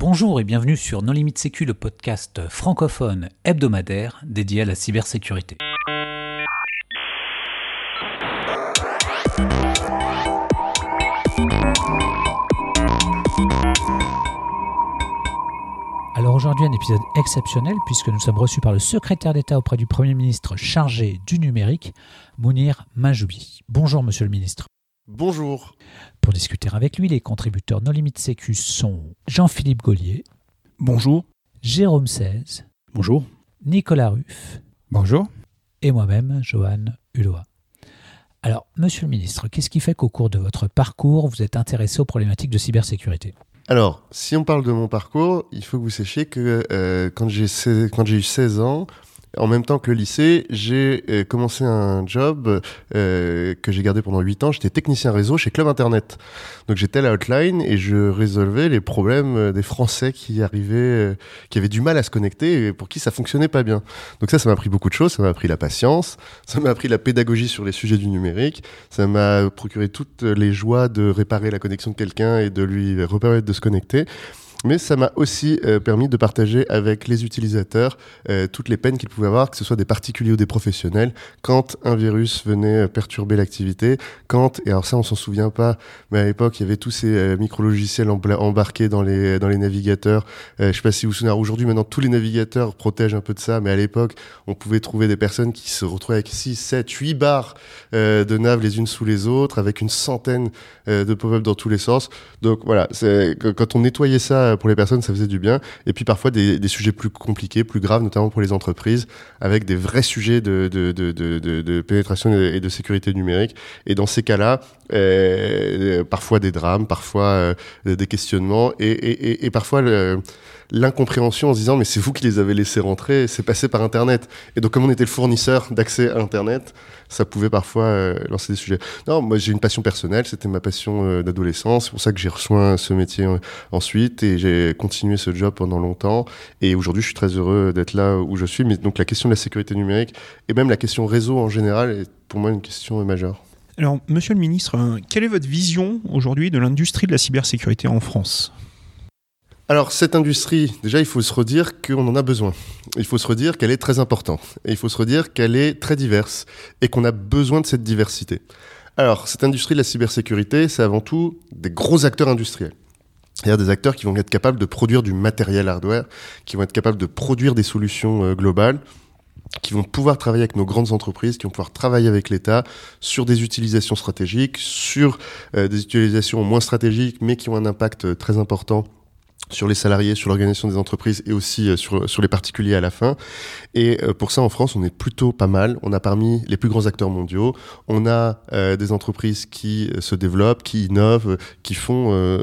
Bonjour et bienvenue sur No Limit Sécu, le podcast francophone hebdomadaire dédié à la cybersécurité. Alors aujourd'hui un épisode exceptionnel puisque nous sommes reçus par le secrétaire d'État auprès du Premier ministre chargé du numérique, Mounir Mahjoubi. Bonjour Monsieur le Ministre. Bonjour. Pour discuter avec lui, les contributeurs No Limit Sécu sont Jean-Philippe Gaulier. Bonjour. Jérôme Seize. Bonjour. Nicolas Ruff. Bonjour. Et moi-même, Johan Hulot. Alors, Monsieur le Ministre, qu'est-ce qui fait qu'au cours de votre parcours, vous êtes intéressé aux problématiques de cybersécurité ? Alors, si on parle de mon parcours, il faut que vous sachiez que quand j'ai eu 16 ans, en même temps que le lycée, j'ai commencé un job que j'ai gardé pendant 8 ans. J'étais technicien réseau chez Club Internet. Donc j'étais à la hotline et je résolvais les problèmes des Français qui arrivaient, qui avaient du mal à se connecter et pour qui ça fonctionnait pas bien. Donc ça m'a appris beaucoup de choses. Ça m'a appris la patience, ça m'a appris la pédagogie sur les sujets du numérique, ça m'a procuré toutes les joies de réparer la connexion de quelqu'un et de lui permettre de se connecter. Mais ça m'a aussi permis de partager avec les utilisateurs toutes les peines qu'ils pouvaient avoir, que ce soit des particuliers ou des professionnels, quand un virus venait perturber l'activité, et alors ça on s'en souvient pas, mais à l'époque il y avait tous ces micro-logiciels embarqués dans les navigateurs. Je sais pas si vous vous souvenez, aujourd'hui maintenant tous les navigateurs protègent un peu de ça, mais à l'époque on pouvait trouver des personnes qui se retrouvaient avec 6, 7, 8 barres de nav les unes sous les autres, avec une centaine de pop-up dans tous les sens. Donc voilà, quand on nettoyait ça pour les personnes, ça faisait du bien. Et puis parfois des sujets plus compliqués, plus graves, notamment pour les entreprises, avec des vrais sujets de pénétration et de sécurité numérique. Et dans ces cas-là, parfois des drames, parfois des questionnements, et parfois l'incompréhension en se disant mais c'est vous qui les avez laissés rentrer, c'est passé par Internet. Et donc comme on était le fournisseur d'accès à Internet, ça pouvait parfois lancer des sujets. Non, moi j'ai une passion personnelle, c'était ma passion d'adolescence, c'est pour ça que j'ai rejoint ce métier ensuite et j'ai continué ce job pendant longtemps. Et aujourd'hui je suis très heureux d'être là où je suis. Mais donc la question de la sécurité numérique et même la question réseau en général est pour moi une question majeure. Alors, Monsieur le Ministre, quelle est votre vision aujourd'hui de l'industrie de la cybersécurité en France ? Alors, cette industrie, déjà, il faut se redire qu'on en a besoin. Il faut se redire qu'elle est très importante. Et il faut se redire qu'elle est très diverse et qu'on a besoin de cette diversité. Alors, cette industrie de la cybersécurité, c'est avant tout des gros acteurs industriels. C'est-à-dire des acteurs qui vont être capables de produire du matériel hardware, qui vont être capables de produire des solutions globales, qui vont pouvoir travailler avec nos grandes entreprises, qui vont pouvoir travailler avec l'État sur des utilisations stratégiques, sur des utilisations moins stratégiques, mais qui ont un impact très important sur les salariés, sur l'organisation des entreprises et aussi sur les particuliers à la fin. Et pour ça, en France, on est plutôt pas mal. On a parmi les plus grands acteurs mondiaux. On a des entreprises qui se développent, qui innovent, qui font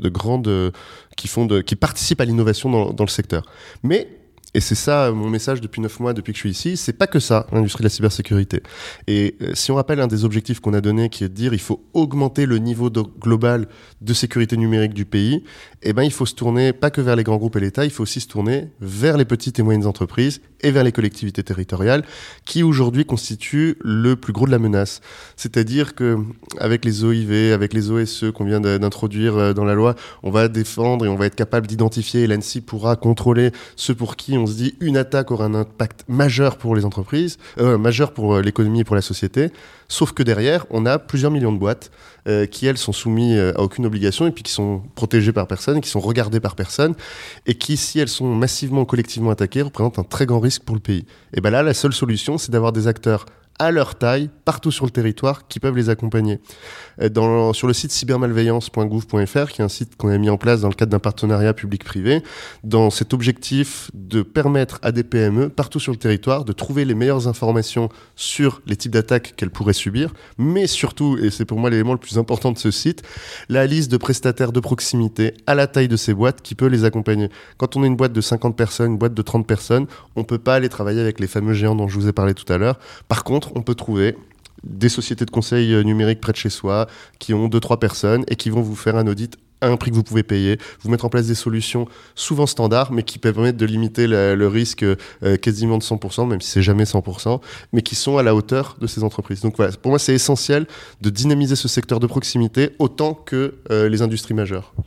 qui participent à l'innovation dans le secteur. Mais et c'est ça mon message depuis 9 mois, depuis que je suis ici, c'est pas que ça, l'industrie de la cybersécurité. Et si on rappelle un des objectifs qu'on a donné, qui est de dire il faut augmenter le niveau global de sécurité numérique du pays, eh ben il faut se tourner pas que vers les grands groupes et l'État, il faut aussi se tourner vers les petites et moyennes entreprises et vers les collectivités territoriales, qui aujourd'hui constituent le plus gros de la menace. C'est-à-dire que avec les OIV, avec les OSE qu'on vient d'introduire dans la loi, on va défendre et on va être capable d'identifier, et l'ANSSI pourra contrôler ceux pour qui on se dit une attaque aura un impact majeur pour les entreprises, majeur pour l'économie et pour la société, sauf que derrière, on a plusieurs millions de boîtes qui, elles, sont soumises à aucune obligation et puis qui sont protégées par personne, qui sont regardées par personne et qui, si elles sont massivement, collectivement attaquées, représentent un très grand risque pour le pays. Et bien là, la seule solution, c'est d'avoir des acteurs à leur taille, partout sur le territoire, qui peuvent les accompagner. Sur le site cybermalveillance.gouv.fr, qui est un site qu'on a mis en place dans le cadre d'un partenariat public-privé, dans cet objectif de permettre à des PME, partout sur le territoire, de trouver les meilleures informations sur les types d'attaques qu'elles pourraient subir, mais surtout, et c'est pour moi l'élément le plus important de ce site, la liste de prestataires de proximité à la taille de ces boîtes qui peut les accompagner. Quand on est une boîte de 50 personnes, une boîte de 30 personnes, on ne peut pas aller travailler avec les fameux géants dont je vous ai parlé tout à l'heure. Par contre, on peut trouver des sociétés de conseil numérique près de chez soi qui ont 2-3 personnes et qui vont vous faire un audit à un prix que vous pouvez payer, vous mettre en place des solutions souvent standards, mais qui permettent de limiter le risque quasiment de 100%, même si c'est jamais 100%, mais qui sont à la hauteur de ces entreprises. Donc voilà, pour moi, c'est essentiel de dynamiser ce secteur de proximité autant que les industries majeures.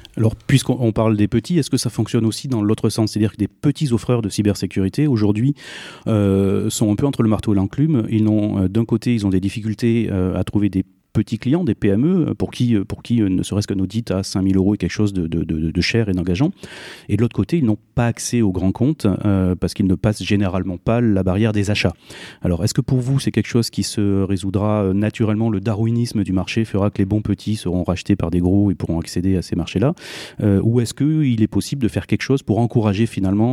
Alors, puisqu'on parle des petits, est-ce que ça fonctionne aussi dans l'autre sens ? C'est-à-dire que des petits offreurs de cybersécurité, aujourd'hui, sont un peu entre le marteau et l'enclume. D'un côté, ils ont des difficultés à trouver des petits clients, des PME, pour qui ne serait-ce qu'un audit à 5 000 € est quelque chose de cher et d'engageant. Et de l'autre côté, ils n'ont pas accès aux grands comptes parce qu'ils ne passent généralement pas la barrière des achats. Alors, est-ce que pour vous, c'est quelque chose qui se résoudra naturellement ? Le darwinisme du marché fera que les bons petits seront rachetés par des gros et pourront accéder à ces marchés-là ? Ou est-ce qu'il est possible de faire quelque chose pour encourager finalement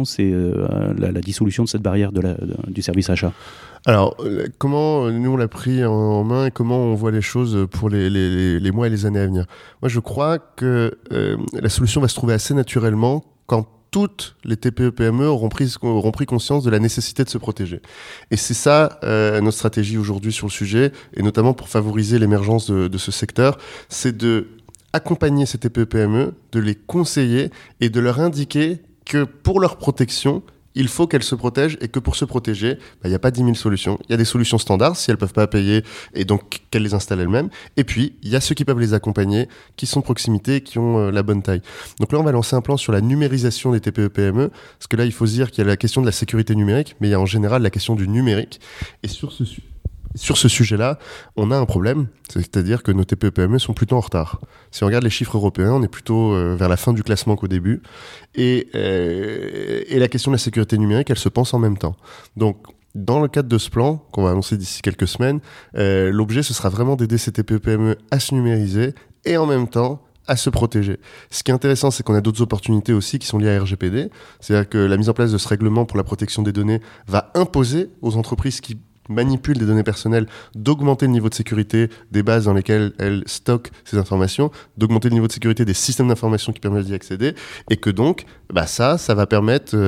la dissolution de cette barrière du service achat ? Alors, comment nous on l'a pris en main et comment on voit les choses pour les mois et les années à venir ? Moi, je crois que la solution va se trouver assez naturellement quand toutes les TPE-PME auront pris conscience de la nécessité de se protéger. Et c'est ça notre stratégie aujourd'hui sur le sujet, et notamment pour favoriser l'émergence de ce secteur, c'est de accompagner ces TPE-PME, de les conseiller et de leur indiquer que pour leur protection, il faut qu'elles se protègent et que pour se protéger, il n'y a pas 10 000 solutions. Il y a des solutions standards si elles ne peuvent pas payer et donc qu'elles les installent elles-mêmes. Et puis, il y a ceux qui peuvent les accompagner, qui sont de proximité et qui ont la bonne taille. Donc là, on va lancer un plan sur la numérisation des TPE-PME parce que là, il faut se dire qu'il y a la question de la sécurité numérique, mais il y a en général la question du numérique. Et sur ce sujet-là, on a un problème, c'est-à-dire que nos TPE-PME sont plutôt en retard. Si on regarde les chiffres européens, on est plutôt vers la fin du classement qu'au début. Et la question de la sécurité numérique, elle se pense en même temps. Donc, dans le cadre de ce plan, qu'on va annoncer d'ici quelques semaines, l'objet, ce sera vraiment d'aider ces TPE-PME à se numériser et en même temps à se protéger. Ce qui est intéressant, c'est qu'on a d'autres opportunités aussi qui sont liées à RGPD. C'est-à-dire que la mise en place de ce règlement pour la protection des données va imposer aux entreprises qui manipulent des données personnelles, d'augmenter le niveau de sécurité des bases dans lesquelles elles stockent ces informations, d'augmenter le niveau de sécurité des systèmes d'information qui permettent d'y accéder, et que donc, ça va permettre,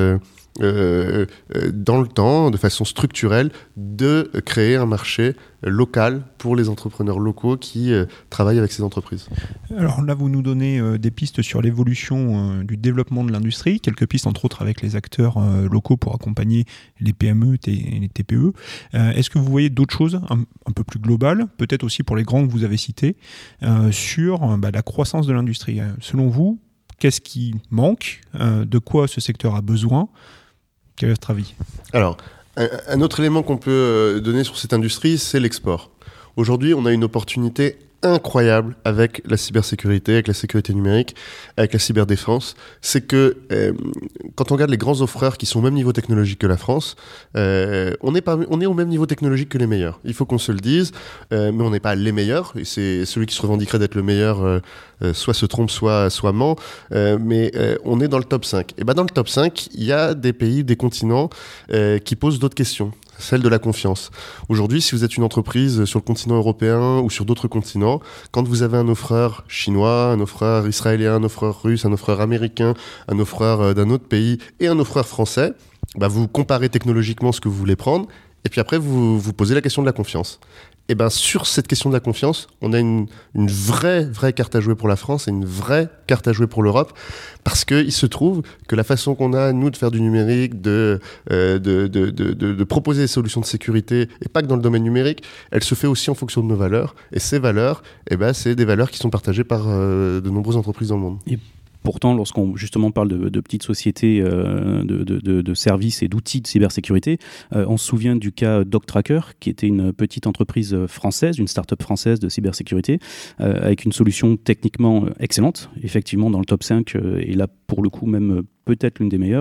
dans le temps, de façon structurelle, de créer un marché local pour les entrepreneurs locaux qui travaillent avec ces entreprises. Alors là, vous nous donnez des pistes sur l'évolution du développement de l'industrie, quelques pistes entre autres avec les acteurs locaux pour accompagner les PME et les TPE. Est-ce que vous voyez d'autres choses un peu plus globales, peut-être aussi pour les grands que vous avez cités, sur la croissance de l'industrie ? Selon vous, qu'est-ce qui manque ? De quoi ce secteur a besoin ? Quel est votre avis ? Alors, un autre élément qu'on peut donner sur cette industrie, c'est l'export. Aujourd'hui, on a une opportunité incroyable avec la cybersécurité, avec la sécurité numérique, avec la cyberdéfense. C'est que quand on regarde les grands offreurs qui sont au même niveau technologique que la France, on est au même niveau technologique que les meilleurs. Il faut qu'on se le dise, mais on n'est pas les meilleurs. Et c'est celui qui se revendiquerait d'être le meilleur, soit se trompe, soit ment. Mais on est dans le top 5. Et dans le top 5, il y a des pays, des continents qui posent d'autres questions. Celle de la confiance. Aujourd'hui, si vous êtes une entreprise sur le continent européen ou sur d'autres continents, quand vous avez un offreur chinois, un offreur israélien, un offreur russe, un offreur américain, un offreur d'un autre pays et un offreur français, vous comparez technologiquement ce que vous voulez prendre et puis après vous posez la question de la confiance. Et sur cette question de la confiance, on a une vraie carte à jouer pour la France et une vraie carte à jouer pour l'Europe, parce qu'il se trouve que la façon qu'on a, nous, de faire du numérique, de proposer des solutions de sécurité, et pas que dans le domaine numérique, elle se fait aussi en fonction de nos valeurs. Et ces valeurs, c'est des valeurs qui sont partagées par de nombreuses entreprises dans le monde. Pourtant, lorsqu'on justement parle de petites sociétés de services et d'outils de cybersécurité, on se souvient du cas DocTracker, qui était une petite entreprise française, une start-up française de cybersécurité, avec une solution techniquement excellente, effectivement dans le top 5, et là pour le coup même peut-être l'une des meilleures,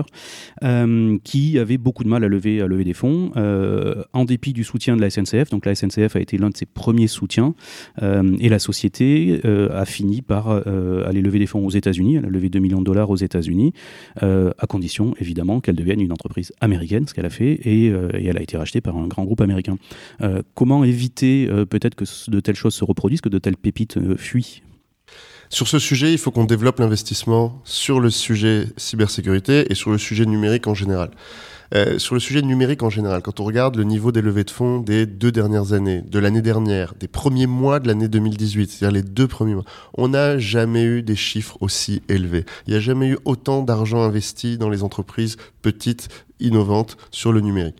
qui avait beaucoup de mal à lever des fonds, en dépit du soutien de la SNCF. Donc la SNCF a été l'un de ses premiers soutiens, et la société a fini par aller lever des fonds aux États-Unis. Elle a levé 2 millions de dollars aux États-Unis, à condition évidemment qu'elle devienne une entreprise américaine, ce qu'elle a fait, et elle a été rachetée par un grand groupe américain. Comment éviter peut-être que de telles choses se reproduisent, que de telles pépites fuient ? Sur ce sujet, il faut qu'on développe l'investissement sur le sujet cybersécurité et sur le sujet numérique en général. Sur le sujet numérique en général, quand on regarde le niveau des levées de fonds des 2 dernières années, de l'année dernière, des premiers mois de l'année 2018, c'est-à-dire les 2 premiers mois, on n'a jamais eu des chiffres aussi élevés. Il n'y a jamais eu autant d'argent investi dans les entreprises petites, innovantes, sur le numérique.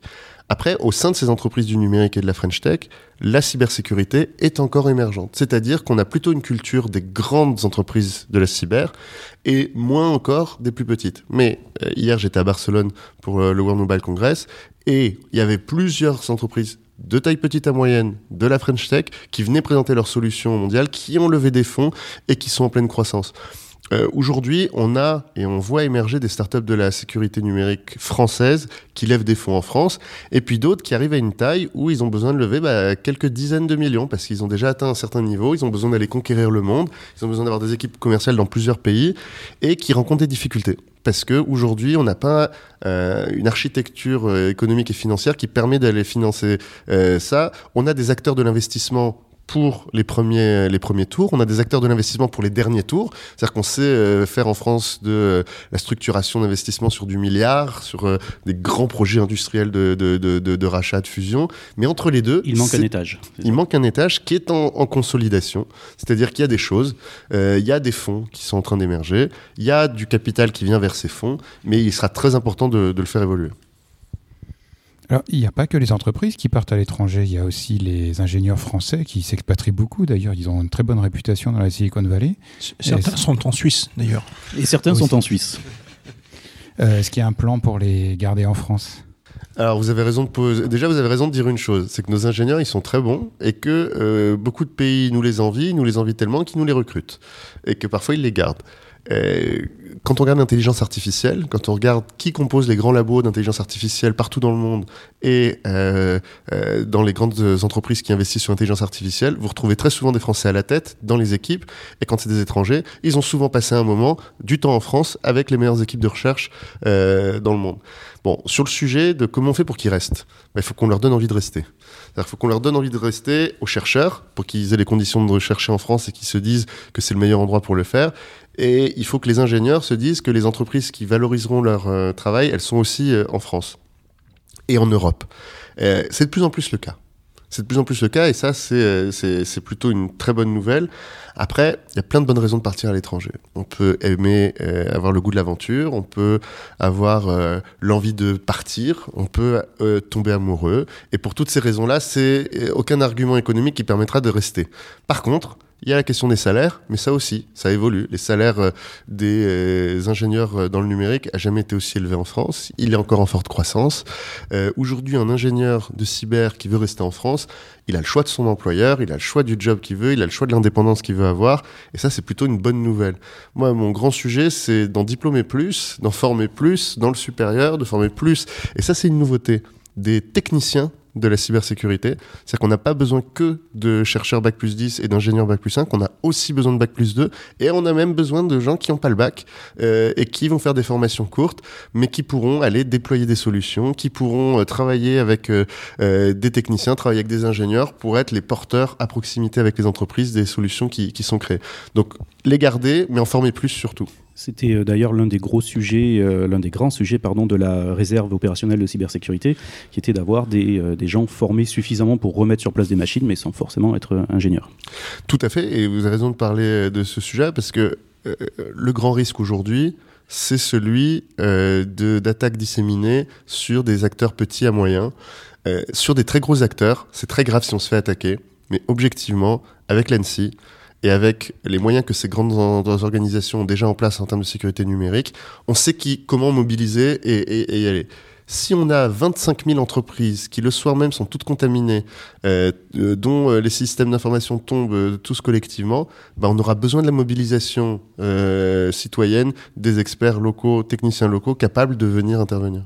Après, au sein de ces entreprises du numérique et de la French Tech, la cybersécurité est encore émergente. C'est-à-dire qu'on a plutôt une culture des grandes entreprises de la cyber et moins encore des plus petites. Mais hier, j'étais à Barcelone pour le World Mobile Congress et il y avait plusieurs entreprises de taille petite à moyenne de la French Tech qui venaient présenter leurs solutions mondiales, qui ont levé des fonds et qui sont en pleine croissance. Aujourd'hui, on a et on voit émerger des startups de la sécurité numérique française qui lèvent des fonds en France, et puis d'autres qui arrivent à une taille où ils ont besoin de lever quelques dizaines de millions parce qu'ils ont déjà atteint un certain niveau, ils ont besoin d'aller conquérir le monde, ils ont besoin d'avoir des équipes commerciales dans plusieurs pays et qui rencontrent des difficultés. Parce qu'aujourd'hui, on n'a pas une architecture économique et financière qui permet d'aller financer ça. On a des acteurs de l'investissement pour les premiers tours, on a des acteurs de l'investissement pour les derniers tours, c'est-à-dire qu'on sait faire en France de la structuration d'investissement sur du milliard, sur des grands projets industriels de rachat, de fusion, mais entre les deux... Il manque un étage. Il manque un étage qui est en consolidation, c'est-à-dire qu'il y a des choses, il y a des fonds qui sont en train d'émerger, il y a du capital qui vient vers ces fonds, mais il sera très important de le faire évoluer. Alors, il n'y a pas que les entreprises qui partent à l'étranger, il y a aussi les ingénieurs français qui s'expatrient beaucoup. D'ailleurs, ils ont une très bonne réputation dans la Silicon Valley. Certains sont en Suisse, d'ailleurs. Et certains sont en Suisse. Est-ce qu'il y a un plan pour les garder en France ? Alors, vous avez raison de dire une chose, c'est que nos ingénieurs, ils sont très bons et que beaucoup de pays nous les envient tellement qu'ils nous les recrutent et que parfois ils les gardent. Quand on regarde l'intelligence artificielle, quand on regarde qui compose les grands labos d'intelligence artificielle partout dans le monde et dans les grandes entreprises qui investissent sur l'intelligence artificielle, vous retrouvez très souvent des Français à la tête dans les équipes, et quand c'est des étrangers, ils ont souvent passé un moment, du temps en France, avec les meilleures équipes de recherche dans le monde. Bon, sur le sujet de comment on fait pour qu'ils restent, il faut qu'on leur donne envie de rester. C'est-à-dire qu'il faut qu'on leur donne envie de rester aux chercheurs pour qu'ils aient les conditions de rechercher en France et qu'ils se disent que c'est le meilleur endroit pour le faire. Et il faut que les ingénieurs se disent que les entreprises qui valoriseront leur travail, elles sont aussi en France et en Europe. C'est de plus en plus le cas. C'est de plus en plus le cas et ça, c'est plutôt une très bonne nouvelle. Après, il y a plein de bonnes raisons de partir à l'étranger. On peut aimer avoir le goût de l'aventure, on peut avoir l'envie de partir, on peut tomber amoureux. Et pour toutes ces raisons-là, c'est aucun argument économique qui permettra de rester. Par contre, il y a la question des salaires, mais ça aussi, ça évolue. Les salaires des ingénieurs dans le numérique n'a jamais été aussi élevé en France. Il est encore en forte croissance. Aujourd'hui, un ingénieur de cyber qui veut rester en France, il a le choix de son employeur, il a le choix du job qu'il veut, il a le choix de l'indépendance qu'il veut avoir. Et ça, c'est plutôt une bonne nouvelle. Moi, mon grand sujet, c'est d'en diplômer plus, d'en former plus, dans le supérieur, de former plus. Et ça, c'est une nouveauté. Des techniciens de la cybersécurité. C'est-à-dire qu'on n'a pas besoin que de chercheurs Bac plus 10 et d'ingénieurs Bac plus 5, on a aussi besoin de Bac plus 2 et on a même besoin de gens qui n'ont pas le bac et qui vont faire des formations courtes mais qui pourront aller déployer des solutions, qui pourront travailler avec des techniciens, travailler avec des ingénieurs pour être les porteurs à proximité avec les entreprises des solutions qui sont créées. Donc les garder mais en former plus surtout. C'était d'ailleurs l'un des grands sujets de la réserve opérationnelle de cybersécurité, qui était d'avoir des gens formés suffisamment pour remettre sur place des machines, mais sans forcément être ingénieurs. Tout à fait, et vous avez raison de parler de ce sujet, parce que le grand risque aujourd'hui, c'est celui d'attaques disséminées sur des acteurs petits à moyens. Sur des très gros acteurs, c'est très grave si on se fait attaquer, mais objectivement, avec l'ANSSI, et avec les moyens que ces grandes organisations ont déjà en place en termes de sécurité numérique, on sait comment mobiliser et y aller. Si on a 25 000 entreprises qui le soir même sont toutes contaminées, dont les systèmes d'information tombent tous collectivement, on aura besoin de la mobilisation citoyenne des experts locaux, techniciens locaux capables de venir intervenir.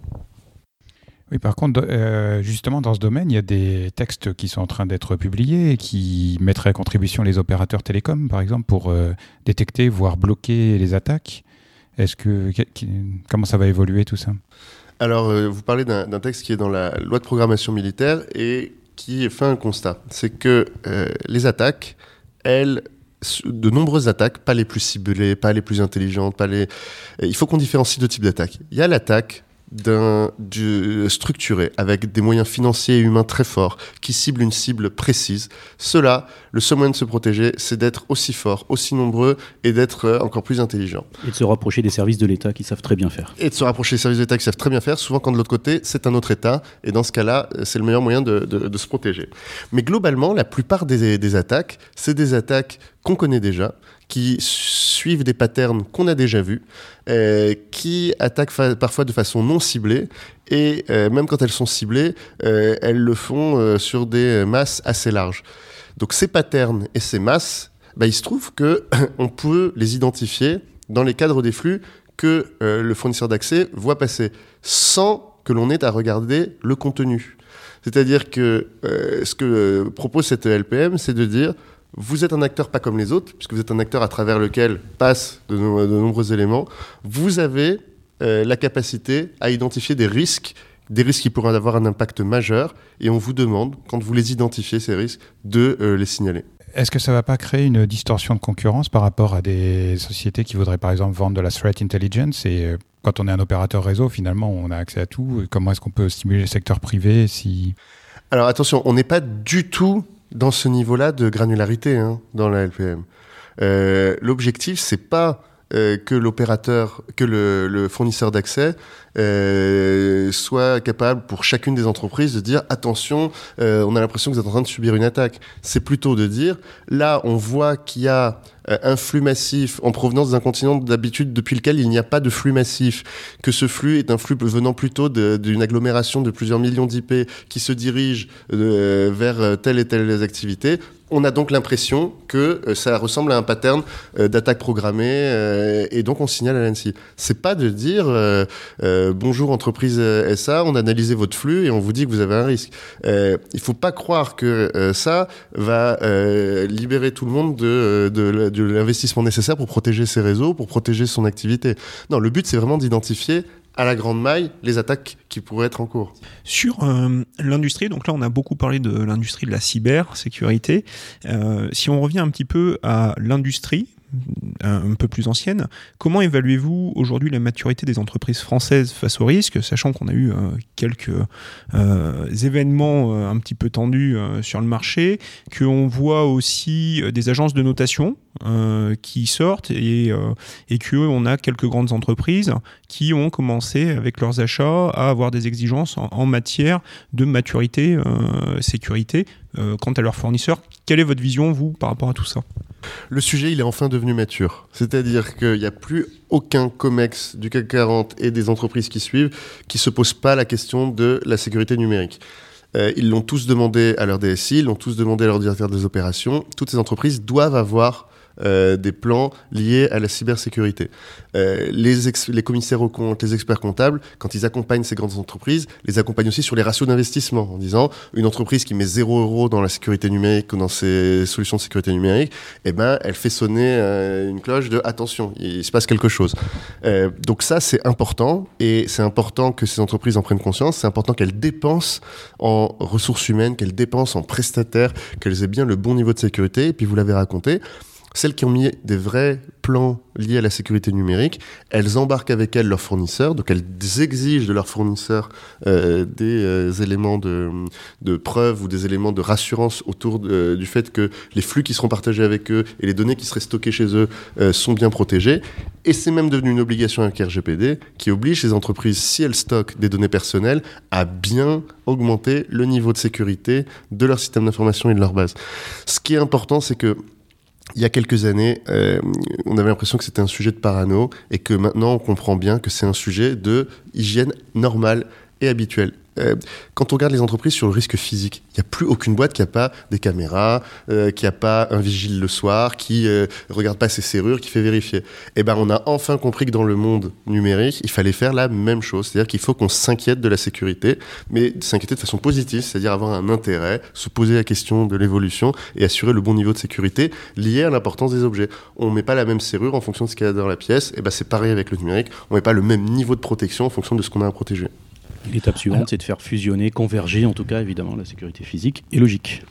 Oui, par contre, justement, dans ce domaine, il y a des textes qui sont en train d'être publiés et qui mettraient à contribution les opérateurs télécoms, par exemple, pour détecter, voire bloquer les attaques. Comment ça va évoluer tout ça ? Alors, vous parlez d'un texte qui est dans la loi de programmation militaire et qui fait un constat. C'est que les attaques, de nombreuses attaques, pas les plus ciblées, pas les plus intelligentes, il faut qu'on différencie deux types d'attaques. Il y a l'attaque structuré, avec des moyens financiers et humains très forts, qui ciblent une cible précise, cela, le seul moyen de se protéger, c'est d'être aussi fort, aussi nombreux et d'être encore plus intelligent. Et de se rapprocher des services de l'État qui savent très bien faire. Et de se rapprocher des services de l'État qui savent très bien faire, souvent quand de l'autre côté, c'est un autre État, et dans ce cas-là, c'est le meilleur moyen de se protéger. Mais globalement, la plupart des attaques, c'est des attaques qu'on connaît déjà, qui suivent des patterns qu'on a déjà vus, qui attaquent parfois de façon non ciblée, et même quand elles sont ciblées, elles le font sur des masses assez larges. Donc ces patterns et ces masses, il se trouve qu'on peut les identifier dans les cadres des flux que le fournisseur d'accès voit passer, sans que l'on ait à regarder le contenu. C'est-à-dire que ce que propose cette LPM, c'est de dire vous êtes un acteur pas comme les autres, puisque vous êtes un acteur à travers lequel passent de nombreux éléments. Vous avez la capacité à identifier des risques qui pourraient avoir un impact majeur, et on vous demande, quand vous les identifiez, ces risques, de les signaler. Est-ce que ça ne va pas créer une distorsion de concurrence par rapport à des sociétés qui voudraient par exemple vendre de la threat intelligence et quand on est un opérateur réseau, finalement, on a accès à tout. Comment est-ce qu'on peut stimuler le secteur privé si... Alors attention, on n'est pas du tout dans ce niveau-là de granularité dans la LPM. L'objectif, c'est pas que l'opérateur, que le fournisseur d'accès soit capable pour chacune des entreprises de dire attention, on a l'impression que vous êtes en train de subir une attaque. C'est plutôt de dire là, on voit qu'il y a un flux massif en provenance d'un continent d'habitude depuis lequel il n'y a pas de flux massif, que ce flux est un flux venant plutôt d'une agglomération de plusieurs millions d'IP qui se dirige vers telle et telle activité. On a donc l'impression que ça ressemble à un pattern d'attaque programmée et donc on signale à l'ANSSI. C'est pas de dire bonjour entreprise SA, on a analysé votre flux et on vous dit que vous avez un risque. Il faut pas croire que ça va libérer tout le monde de l'investissement nécessaire pour protéger ses réseaux, pour protéger son activité. Non, le but c'est vraiment d'identifier à la grande maille les attaques qui pourraient être en cours. Sur l'industrie, donc là on a beaucoup parlé de l'industrie de la cybersécurité. Si on revient un petit peu à l'industrie, un peu plus ancienne, comment évaluez-vous aujourd'hui la maturité des entreprises françaises face au risque, sachant qu'on a eu quelques événements un petit peu tendus sur le marché, qu'on voit aussi des agences de notation qui sortent et qu'on a quelques grandes entreprises qui ont commencé avec leurs achats à avoir des exigences en matière de maturité sécurité quant à leurs fournisseurs. Quelle est votre vision, vous, par rapport à tout ça ? Le sujet, il est enfin devenu mature. C'est-à-dire qu'il n'y a plus aucun COMEX du CAC 40 et des entreprises qui suivent qui ne se posent pas la question de la sécurité numérique. Ils l'ont tous demandé à leur DSI, ils l'ont tous demandé à leur directeur des opérations. Toutes ces entreprises doivent avoir des plans liés à la cybersécurité. Les commissaires aux comptes, les experts comptables, quand ils accompagnent ces grandes entreprises, les accompagnent aussi sur les ratios d'investissement, en disant une entreprise qui met 0 € dans la sécurité numérique ou dans ses solutions de sécurité numérique, elle fait sonner une cloche de attention, il se passe quelque chose. Donc ça, c'est important, et c'est important que ces entreprises en prennent conscience, c'est important qu'elles dépensent en ressources humaines, qu'elles dépensent en prestataires, qu'elles aient bien le bon niveau de sécurité, et puis vous l'avez raconté, celles qui ont mis des vrais plans liés à la sécurité numérique, elles embarquent avec elles leurs fournisseurs, donc elles exigent de leurs fournisseurs des éléments de preuve ou des éléments de rassurance autour du fait que les flux qui seront partagés avec eux et les données qui seraient stockées chez eux sont bien protégées. Et c'est même devenu une obligation avec RGPD qui oblige les entreprises, si elles stockent des données personnelles, à bien augmenter le niveau de sécurité de leur système d'information et de leur base. Ce qui est important, c'est que il y a quelques années, on avait l'impression que c'était un sujet de parano et que maintenant on comprend bien que c'est un sujet de hygiène normale et habituelle. Quand on regarde les entreprises sur le risque physique, il n'y a plus aucune boîte qui n'a pas des caméras, qui n'a pas un vigile le soir, qui regarde pas ses serrures, qui fait vérifier. On a enfin compris que dans le monde numérique, il fallait faire la même chose. C'est-à-dire qu'il faut qu'on s'inquiète de la sécurité, mais s'inquiéter de façon positive, c'est-à-dire avoir un intérêt, se poser la question de l'évolution et assurer le bon niveau de sécurité lié à l'importance des objets. On ne met pas la même serrure en fonction de ce qu'il y a dans la pièce. C'est pareil avec le numérique. On ne met pas le même niveau de protection en fonction de ce qu'on a à protéger. L'étape suivante, c'est de faire fusionner, converger en tout cas, évidemment, la sécurité physique et logique.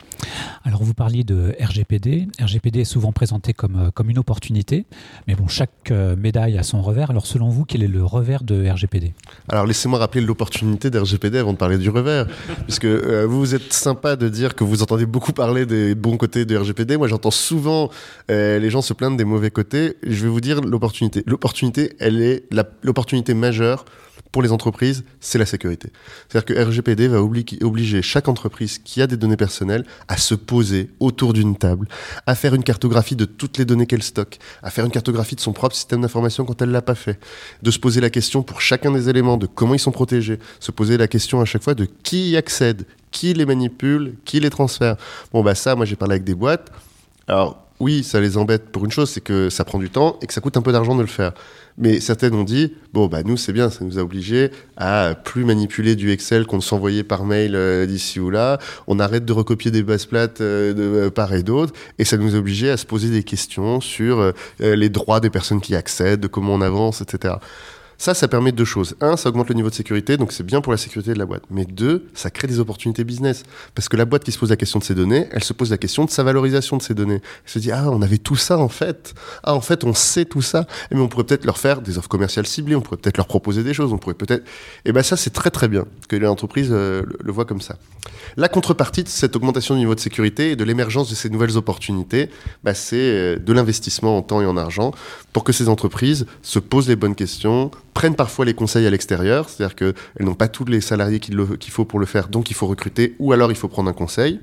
Alors vous parliez de RGPD. RGPD est souvent présenté comme une opportunité, mais bon, chaque médaille a son revers. Alors selon vous, quel est le revers de RGPD ? Alors laissez-moi rappeler l'opportunité d'RGPD avant de parler du revers, puisque vous êtes sympa de dire que vous entendez beaucoup parler des bons côtés de RGPD. Moi j'entends souvent les gens se plaindre des mauvais côtés. Je vais vous dire l'opportunité. L'opportunité, elle est l'opportunité majeure pour les entreprises, c'est la sécurité. C'est-à-dire que RGPD va obliger chaque entreprise qui a des données personnelles à se poser autour d'une table, à faire une cartographie de toutes les données qu'elle stocke, à faire une cartographie de son propre système d'information quand elle ne l'a pas fait, de se poser la question pour chacun des éléments de comment ils sont protégés, se poser la question à chaque fois de qui y accède, qui les manipule, qui les transfère. Bon bah ça, moi j'ai parlé avec des boîtes. Alors oui, ça les embête pour une chose, c'est que ça prend du temps et que ça coûte un peu d'argent de le faire. Mais certaines ont dit, bon, bah nous, c'est bien, ça nous a obligés à plus manipuler du Excel qu'on s'envoyait par mail d'ici ou là. On arrête de recopier des bases plates de part et d'autre. Et ça nous a obligés à se poser des questions sur les droits des personnes qui accèdent, de comment on avance, etc. Ça permet deux choses. Un, ça augmente le niveau de sécurité, donc c'est bien pour la sécurité de la boîte. Mais deux, ça crée des opportunités business. Parce que la boîte qui se pose la question de ses données, elle se pose la question de sa valorisation de ses données. Elle se dit, ah, on avait tout ça en fait. Ah, en fait, on sait tout ça. Mais on pourrait peut-être leur faire des offres commerciales ciblées, on pourrait peut-être leur proposer des choses, on pourrait peut-être... Et ben ça, c'est très très bien que l'entreprise le voit comme ça. La contrepartie de cette augmentation du niveau de sécurité et de l'émergence de ces nouvelles opportunités, bah, c'est de l'investissement en temps et en argent pour que ces entreprises se posent les bonnes questions, prennent parfois les conseils à l'extérieur, c'est-à-dire qu'elles n'ont pas tous les salariés qu'il faut pour le faire, donc il faut recruter, ou alors il faut prendre un conseil.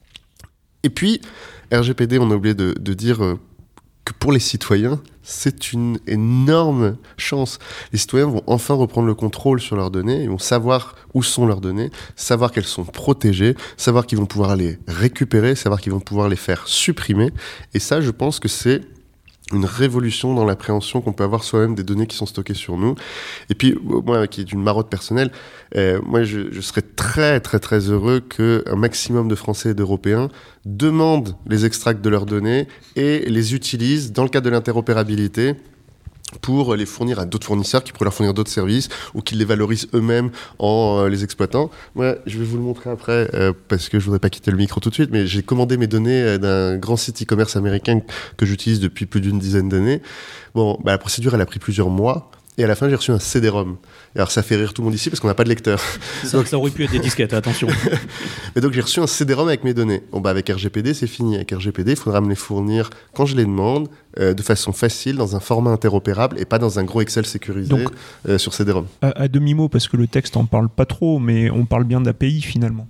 Et puis, RGPD, on a oublié de dire que pour les citoyens, c'est une énorme chance. Les citoyens vont enfin reprendre le contrôle sur leurs données, ils vont savoir où sont leurs données, savoir qu'elles sont protégées, savoir qu'ils vont pouvoir les récupérer, savoir qu'ils vont pouvoir les faire supprimer. Et ça, je pense que c'est une révolution dans l'appréhension qu'on peut avoir soi-même des données qui sont stockées sur nous. Et puis, moi, qui est d'une marotte personnelle, moi, je serais très, très, très heureux qu'un maximum de Français et d'Européens demandent les extracts de leurs données et les utilisent dans le cadre de l'interopérabilité pour les fournir à d'autres fournisseurs qui pourraient leur fournir d'autres services ou qui les valorisent eux-mêmes en les exploitant. Moi, je vais vous le montrer après parce que je voudrais pas quitter le micro tout de suite, mais j'ai commandé mes données d'un grand site e-commerce américain que j'utilise depuis plus d'une dizaine d'années. Bon, bah, la procédure, elle a pris plusieurs mois. Et à la fin, j'ai reçu un CD-ROM. Et alors, ça fait rire tout le monde ici parce qu'on n'a pas de lecteur. Donc, ça aurait pu être des disquettes, attention. Mais donc, j'ai reçu un CD-ROM avec mes données. Bon, bah, avec RGPD, c'est fini. Avec RGPD, il faudra me les fournir quand je les demande, de façon facile, dans un format interopérable et pas dans un gros Excel sécurisé donc, sur CD-ROM. À demi-mot, parce que le texte n'en parle pas trop, mais on parle bien d'API finalement.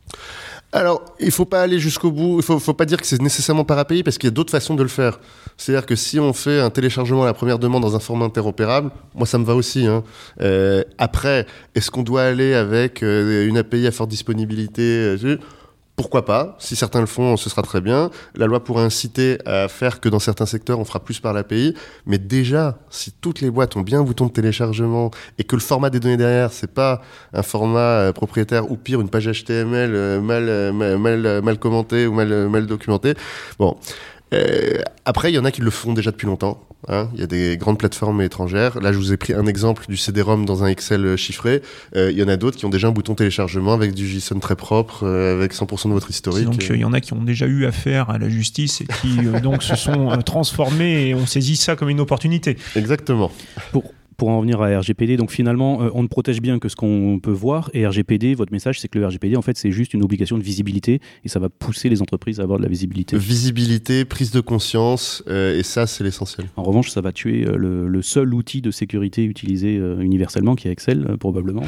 Alors, il ne faut pas aller jusqu'au bout, il ne faut pas dire que c'est nécessairement par API parce qu'il y a d'autres façons de le faire. C'est-à-dire que si on fait un téléchargement à la première demande dans un format interopérable, moi ça me va aussi. Hein. Après, est-ce qu'on doit aller avec une API à forte disponibilité pourquoi pas, si certains le font, ce sera très bien. La loi pourrait inciter à faire que dans certains secteurs, on fera plus par l'API. Mais déjà, si toutes les boîtes ont bien un bouton de téléchargement et que le format des données derrière, c'est pas un format propriétaire ou pire, une page HTML mal commentée ou mal documentée. Bon. Après, il y en a qui le font déjà depuis longtemps. Hein. Il y a des grandes plateformes étrangères. Là, je vous ai pris un exemple du CD-ROM dans un Excel chiffré. Il y en a d'autres qui ont déjà un bouton téléchargement avec du JSON très propre, avec 100% de votre historique. Donc, il y en a qui ont déjà eu affaire à la justice et qui donc se sont transformés et ont saisi ça comme une opportunité. Exactement. Pour en revenir à RGPD, donc finalement, on ne protège bien que ce qu'on peut voir. Et RGPD, votre message, c'est que le RGPD, en fait, c'est juste une obligation de visibilité et ça va pousser les entreprises à avoir de la visibilité. Visibilité, prise de conscience, et ça, c'est l'essentiel. En revanche, ça va tuer le seul outil de sécurité utilisé universellement, qui est Excel, probablement.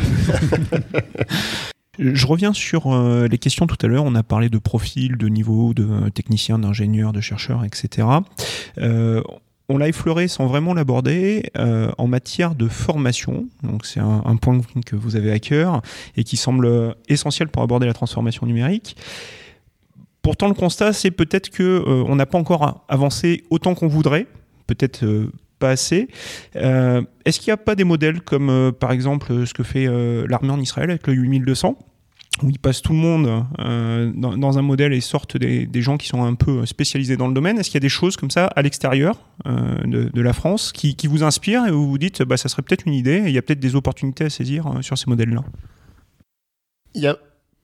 Je reviens sur les questions tout à l'heure. On a parlé de profil, de niveau, de technicien, d'ingénieur, de chercheur, etc. On l'a effleuré sans vraiment l'aborder en matière de formation. Donc c'est un point que vous avez à cœur et qui semble essentiel pour aborder la transformation numérique. Pourtant, le constat, c'est peut-être qu'on n'a pas encore avancé autant qu'on voudrait, peut-être pas assez. Est-ce qu'il n'y a pas des modèles comme, par exemple, ce que fait l'armée en Israël avec le 8200 où ils passent tout le monde dans un modèle et sortent des gens qui sont un peu spécialisés dans le domaine. Est-ce qu'il y a des choses comme ça à l'extérieur de la France qui vous inspirent et où vous vous dites ça serait peut-être une idée et il y a peut-être des opportunités à saisir sur ces modèles-là? Il y a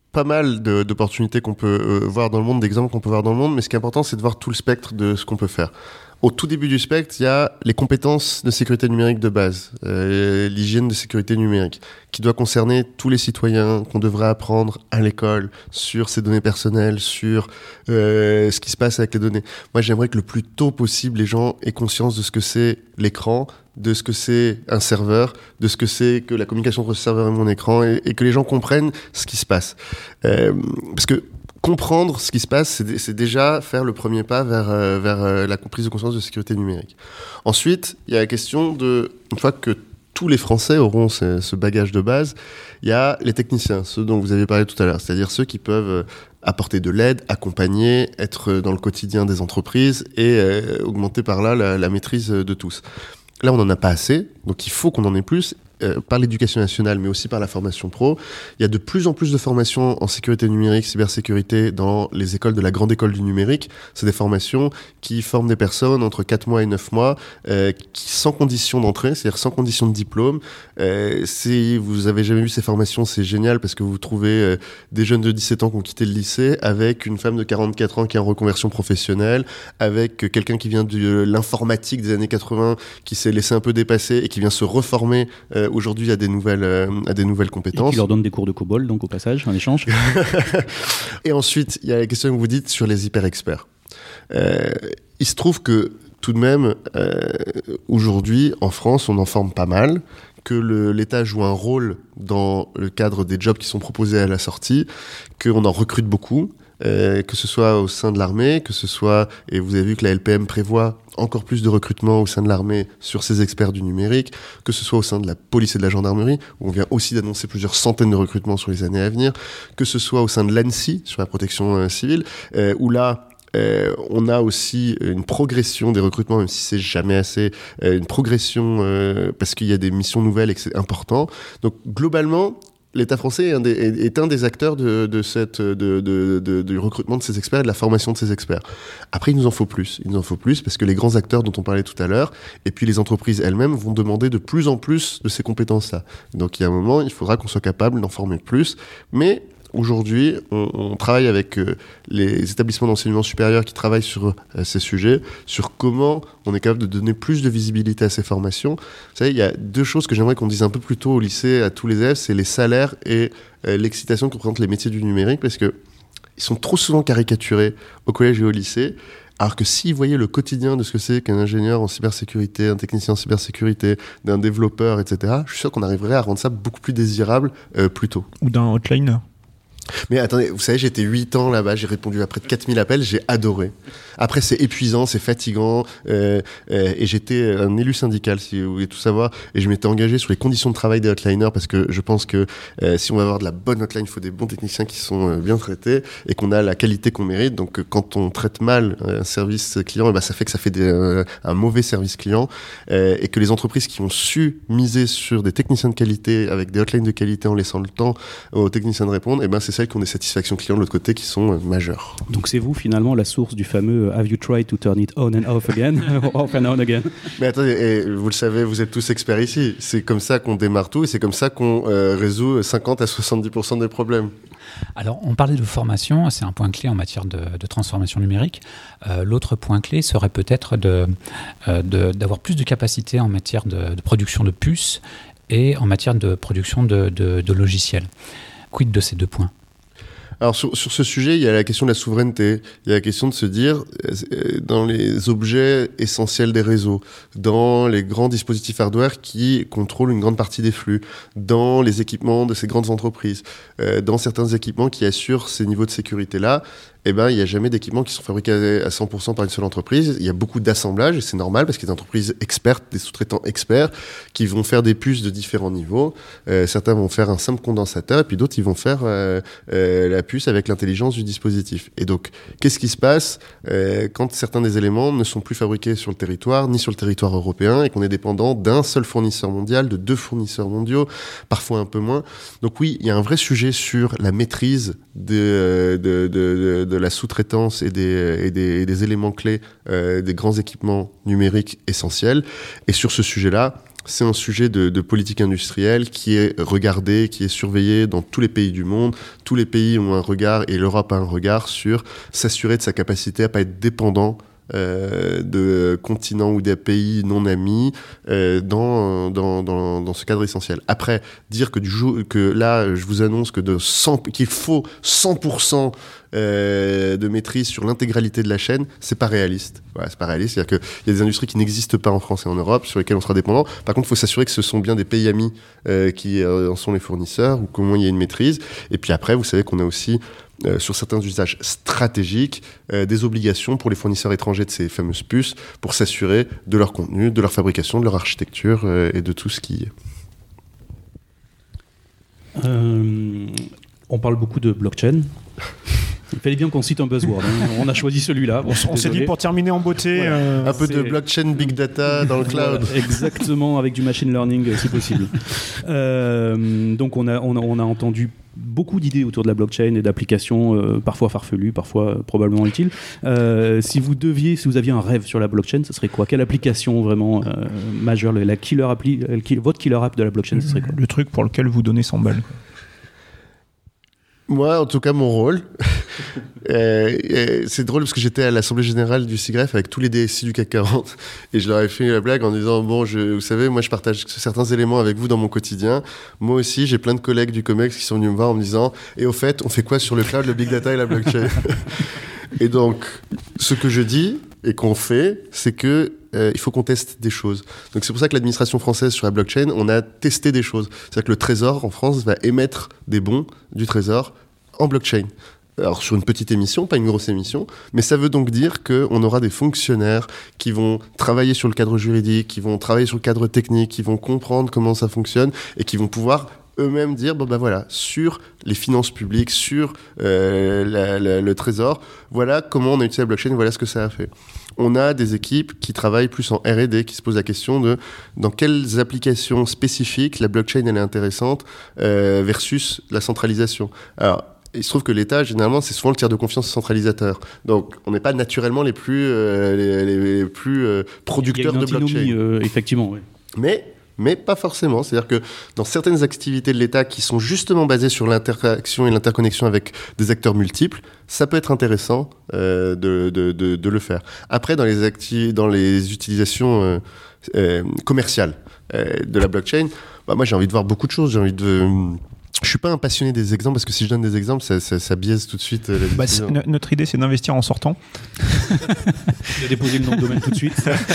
pas mal d'opportunités qu'on peut voir dans le monde, d'exemples qu'on peut voir dans le monde, mais ce qui est important, c'est de voir tout le spectre de ce qu'on peut faire. Au tout début du spectre, il y a les compétences de sécurité numérique de base, l'hygiène de sécurité numérique, qui doit concerner tous les citoyens, qu'on devrait apprendre à l'école sur ces données personnelles, sur ce qui se passe avec les données. Moi, j'aimerais que le plus tôt possible, les gens aient conscience de ce que c'est l'écran, de ce que c'est un serveur, de ce que c'est que la communication entre ce serveur et mon écran, et que les gens comprennent ce qui se passe. Parce que comprendre ce qui se passe, c'est déjà faire le premier pas vers la prise de conscience de sécurité numérique. Ensuite, il y a la question de, une fois que tous les Français auront ce bagage de base, il y a les techniciens, ceux dont vous avez parlé tout à l'heure, c'est-à-dire ceux qui peuvent apporter de l'aide, accompagner, être dans le quotidien des entreprises et augmenter par là la maîtrise de tous. Là, on n'en a pas assez, donc il faut qu'on en ait plus. Par l'éducation nationale, mais aussi par la formation pro. Il y a de plus en plus de formations en sécurité numérique, cybersécurité dans les écoles de la grande école du numérique. C'est des formations qui forment des personnes entre 4 mois et 9 mois, sans condition d'entrée, c'est-à-dire sans condition de diplôme. Si vous avez jamais vu ces formations, c'est génial parce que vous trouvez des jeunes de 17 ans qui ont quitté le lycée avec une femme de 44 ans qui est en reconversion professionnelle, avec quelqu'un qui vient de l'informatique des années 80, qui s'est laissé un peu dépasser et qui vient se reformer aujourd'hui à des nouvelles compétences. Et qui leur donne des cours de COBOL, donc au passage, en échange. Et ensuite, il y a la question que vous dites sur les hyper-experts. Il se trouve que, tout de même, aujourd'hui, en France, on en forme pas mal, que l'État joue un rôle dans le cadre des jobs qui sont proposés à la sortie, qu'on en recrute beaucoup, que ce soit au sein de l'armée, que ce soit, et vous avez vu que la LPM prévoit encore plus de recrutement au sein de l'armée sur ces experts du numérique, que ce soit au sein de la police et de la gendarmerie, où on vient aussi d'annoncer plusieurs centaines de recrutements sur les années à venir, que ce soit au sein de l'ANSSI, sur la protection civile, où là, on a aussi une progression des recrutements, même si c'est jamais assez, une progression parce qu'il y a des missions nouvelles et que c'est important. Donc globalement, l'État français est un des acteurs du recrutement de ces experts et de la formation de ces experts. Après, il nous en faut plus. Il nous en faut plus parce que les grands acteurs dont on parlait tout à l'heure, et puis les entreprises elles-mêmes vont demander de plus en plus de ces compétences-là. Donc il y a un moment, il faudra qu'on soit capable d'en former plus. Mais aujourd'hui, on travaille avec les établissements d'enseignement supérieur qui travaillent sur ces sujets, sur comment on est capable de donner plus de visibilité à ces formations. Vous savez, il y a deux choses que j'aimerais qu'on dise un peu plus tôt au lycée à tous les élèves, c'est les salaires et l'excitation que représentent les métiers du numérique, parce qu'ils sont trop souvent caricaturés au collège et au lycée. Alors que s'ils voyaient le quotidien de ce que c'est qu'un ingénieur en cybersécurité, un technicien en cybersécurité, d'un développeur, etc., je suis sûr qu'on arriverait à rendre ça beaucoup plus désirable plus tôt. Ou d'un hotliner. Mais attendez, vous savez, j'étais 8 ans là-bas, j'ai répondu à près de 4000 appels, j'ai adoré. Après, c'est épuisant, c'est fatigant, et j'étais un élu syndical, si vous voulez tout savoir, et je m'étais engagé sur les conditions de travail des hotliners, parce que je pense que si on va avoir de la bonne hotline, il faut des bons techniciens qui sont bien traités, et qu'on a la qualité qu'on mérite. Donc quand on traite mal un service client, ça fait que ça fait un mauvais service client, et que les entreprises qui ont su miser sur des techniciens de qualité, avec des hotlines de qualité en laissant le temps aux techniciens de répondre, c'est celles qui ont des satisfactions clients de l'autre côté qui sont majeures. Donc c'est vous finalement la source du fameux Have you tried to turn it on and off again? Off and on again. Mais attendez, vous le savez, vous êtes tous experts ici. C'est comme ça qu'on démarre tout et c'est comme ça qu'on résout 50 à 70% des problèmes. Alors, on parlait de formation, c'est un point clé en matière de transformation numérique. L'autre point clé serait peut-être d'avoir plus de capacité en matière de production de puces et en matière de production de logiciels. Quid de ces deux points ? Alors sur ce sujet, il y a la question de la souveraineté, il y a la question de se dire, dans les objets essentiels des réseaux, dans les grands dispositifs hardware qui contrôlent une grande partie des flux, dans les équipements de ces grandes entreprises, dans certains équipements qui assurent ces niveaux de sécurité-là, il n'y a jamais d'équipements qui sont fabriqués à 100% par une seule entreprise. Il y a beaucoup d'assemblages, et c'est normal parce qu'il y a des entreprises expertes, des sous-traitants experts qui vont faire des puces de différents niveaux. Certains vont faire un simple condensateur, et puis d'autres, ils vont faire la puce avec l'intelligence du dispositif. Et donc, qu'est-ce qui se passe quand certains des éléments ne sont plus fabriqués sur le territoire, ni sur le territoire européen, et qu'on est dépendant d'un seul fournisseur mondial, de 2 fournisseurs mondiaux, parfois un peu moins. Donc oui, il y a un vrai sujet sur la maîtrise de la sous-traitance et des éléments clés des grands équipements numériques essentiels. Et sur ce sujet-là, c'est un sujet de politique industrielle qui est regardé, qui est surveillé dans tous les pays du monde. Tous les pays ont un regard, et l'Europe a un regard sur s'assurer de sa capacité à pas être dépendant de continents ou des pays non amis dans ce cadre essentiel. Après, dire que là, je vous annonce qu'il faut 100% de maîtrise sur l'intégralité de la chaîne, c'est pas réaliste. Voilà, c'est pas réaliste. C'est-à-dire qu'il y a des industries qui n'existent pas en France et en Europe, sur lesquelles on sera dépendant. Par contre, il faut s'assurer que ce sont bien des pays amis qui en sont les fournisseurs, ou qu'au moins il y a une maîtrise. Et puis après, vous savez qu'on a aussi sur certains usages stratégiques, des obligations pour les fournisseurs étrangers de ces fameuses puces pour s'assurer de leur contenu, de leur fabrication, de leur architecture et de tout ce qui est. On parle beaucoup de blockchain. Il fallait bien qu'on cite un buzzword. Hein. On a choisi celui-là. On s'est dit pour terminer en beauté. Un peu de blockchain, big data dans le cloud. Exactement, avec du machine learning si possible. Donc on a entendu beaucoup d'idées autour de la blockchain et d'applications parfois farfelues, parfois probablement utiles. Si vous aviez un rêve sur la blockchain, ce serait quoi? Quelle application vraiment majeure, votre killer app de la blockchain, ce serait quoi? Le truc pour lequel vous donnez 100 balles. Moi, en tout cas, mon rôle, c'est drôle parce que j'étais à l'Assemblée Générale du SIGREF avec tous les DSI du CAC 40 et je leur ai fait la blague en disant bon, vous savez, moi je partage certains éléments avec vous dans mon quotidien. Moi aussi, j'ai plein de collègues du COMEX qui sont venus me voir en me disant et au fait, on fait quoi sur le cloud, le big data et la blockchain? Et donc, ce que je dis et qu'on fait, c'est que il faut qu'on teste des choses. Donc c'est pour ça que l'administration française sur la blockchain, on a testé des choses. C'est-à-dire que le Trésor en France va émettre des bons du Trésor en blockchain. Alors sur une petite émission, pas une grosse émission, mais ça veut donc dire qu'on aura des fonctionnaires qui vont travailler sur le cadre juridique, qui vont travailler sur le cadre technique, qui vont comprendre comment ça fonctionne et qui vont pouvoir eux-mêmes dire voilà, sur les finances publiques, sur le Trésor, voilà comment on a utilisé la blockchain, voilà ce que ça a fait. On a des équipes qui travaillent plus en R&D, qui se posent la question de dans quelles applications spécifiques la blockchain elle est intéressante versus la centralisation. Alors, il se trouve que l'État, généralement, c'est souvent le tiers de confiance centralisateur. Donc, on n'est pas naturellement les plus producteurs de blockchain. Effectivement, oui. Mais pas forcément. C'est-à-dire que dans certaines activités de l'État qui sont justement basées sur l'interaction et l'interconnexion avec des acteurs multiples, ça peut être intéressant de le faire. Après, dans les utilisations commerciales de la blockchain, moi j'ai envie de voir beaucoup de choses. Je suis pas un passionné des exemples parce que si je donne des exemples, ça biaise tout de suite la décision. Notre idée, c'est d'investir en sortant. De déposer le nom de domaine tout de suite.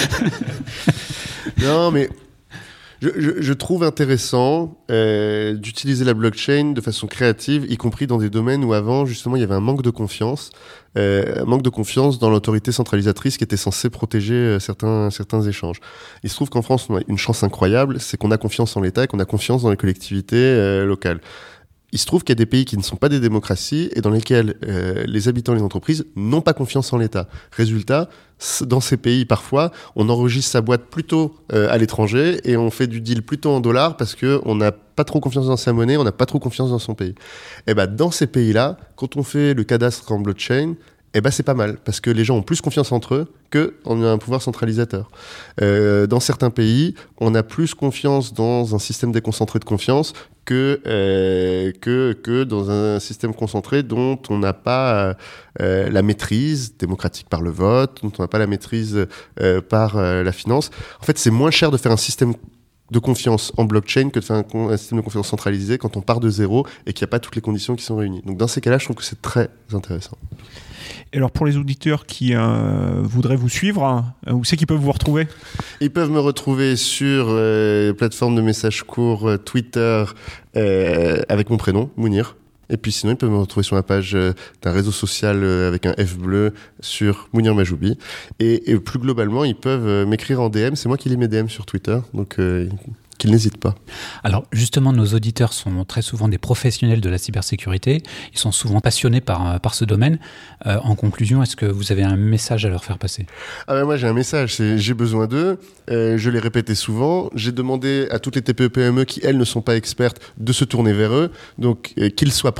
Non, mais je trouve intéressant d'utiliser la blockchain de façon créative, y compris dans des domaines où avant, justement, il y avait un manque de confiance dans l'autorité centralisatrice qui était censée protéger certains échanges. Il se trouve qu'en France, on a une chance incroyable, c'est qu'on a confiance en l'État et qu'on a confiance dans les collectivités locales. Il se trouve qu'il y a des pays qui ne sont pas des démocraties et dans lesquels les habitants et les entreprises n'ont pas confiance en l'État. Résultat, dans ces pays, parfois, on enregistre sa boîte plutôt à l'étranger et on fait du deal plutôt en dollars parce qu'on n'a pas trop confiance dans sa monnaie, on n'a pas trop confiance dans son pays. Et dans ces pays-là, quand on fait le cadastre en blockchain, c'est pas mal, parce que les gens ont plus confiance entre eux qu'en un pouvoir centralisateur. Dans certains pays, on a plus confiance dans un système déconcentré de confiance que dans un système concentré dont on n'a pas la maîtrise démocratique par le vote, dont on n'a pas la maîtrise par la finance. En fait, c'est moins cher de faire un système de confiance en blockchain que de faire un système de confiance centralisé quand on part de zéro et qu'il n'y a pas toutes les conditions qui sont réunies. Donc dans ces cas-là, je trouve que c'est très intéressant. Et alors pour les auditeurs qui voudraient vous suivre, où c'est qu'ils peuvent vous retrouver? Ils peuvent me retrouver sur plateforme de messages courts, Twitter, avec mon prénom, Mounir. Et puis sinon, ils peuvent me retrouver sur la page d'un réseau social avec un F bleu sur Mounir Majoubi. Et plus globalement, ils peuvent m'écrire en DM. C'est moi qui lis mes DM sur Twitter, donc qu'ils n'hésitent pas. Alors justement, nos auditeurs sont très souvent des professionnels de la cybersécurité. Ils sont souvent passionnés par ce domaine. En conclusion, est-ce que vous avez un message à leur faire passer? Moi, j'ai un message. J'ai besoin d'eux. Je l'ai répété souvent. J'ai demandé à toutes les TPE-PME qui, elles, ne sont pas expertes, de se tourner vers eux. Donc, qu'ils soient prêts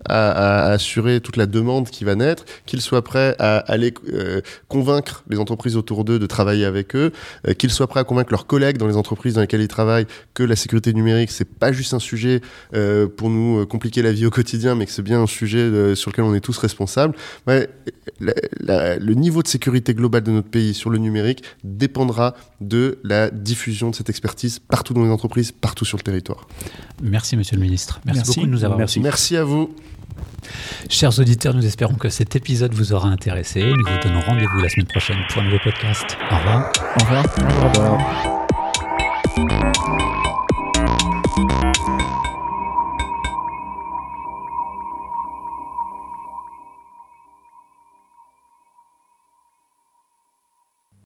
à assurer toute la demande qui va naître, qu'ils soient prêts à aller convaincre les entreprises autour d'eux de travailler avec eux, qu'ils soient prêts à convaincre leurs collègues dans les entreprises dans lesquelles ils travaillent que la sécurité numérique, c'est pas juste un sujet pour nous compliquer la vie au quotidien, mais que c'est bien un sujet sur lequel on est tous responsables. Ouais, le niveau de sécurité globale de notre pays sur le numérique dépendra de la diffusion de cette expertise partout dans les entreprises, partout sur le territoire. Merci, Monsieur le Ministre. Merci beaucoup de nous avoir reçus. Merci à vous. Chers auditeurs, nous espérons que cet épisode vous aura intéressé. Nous vous donnons rendez-vous la semaine prochaine pour un nouveau podcast. Au revoir. Au revoir. Au revoir.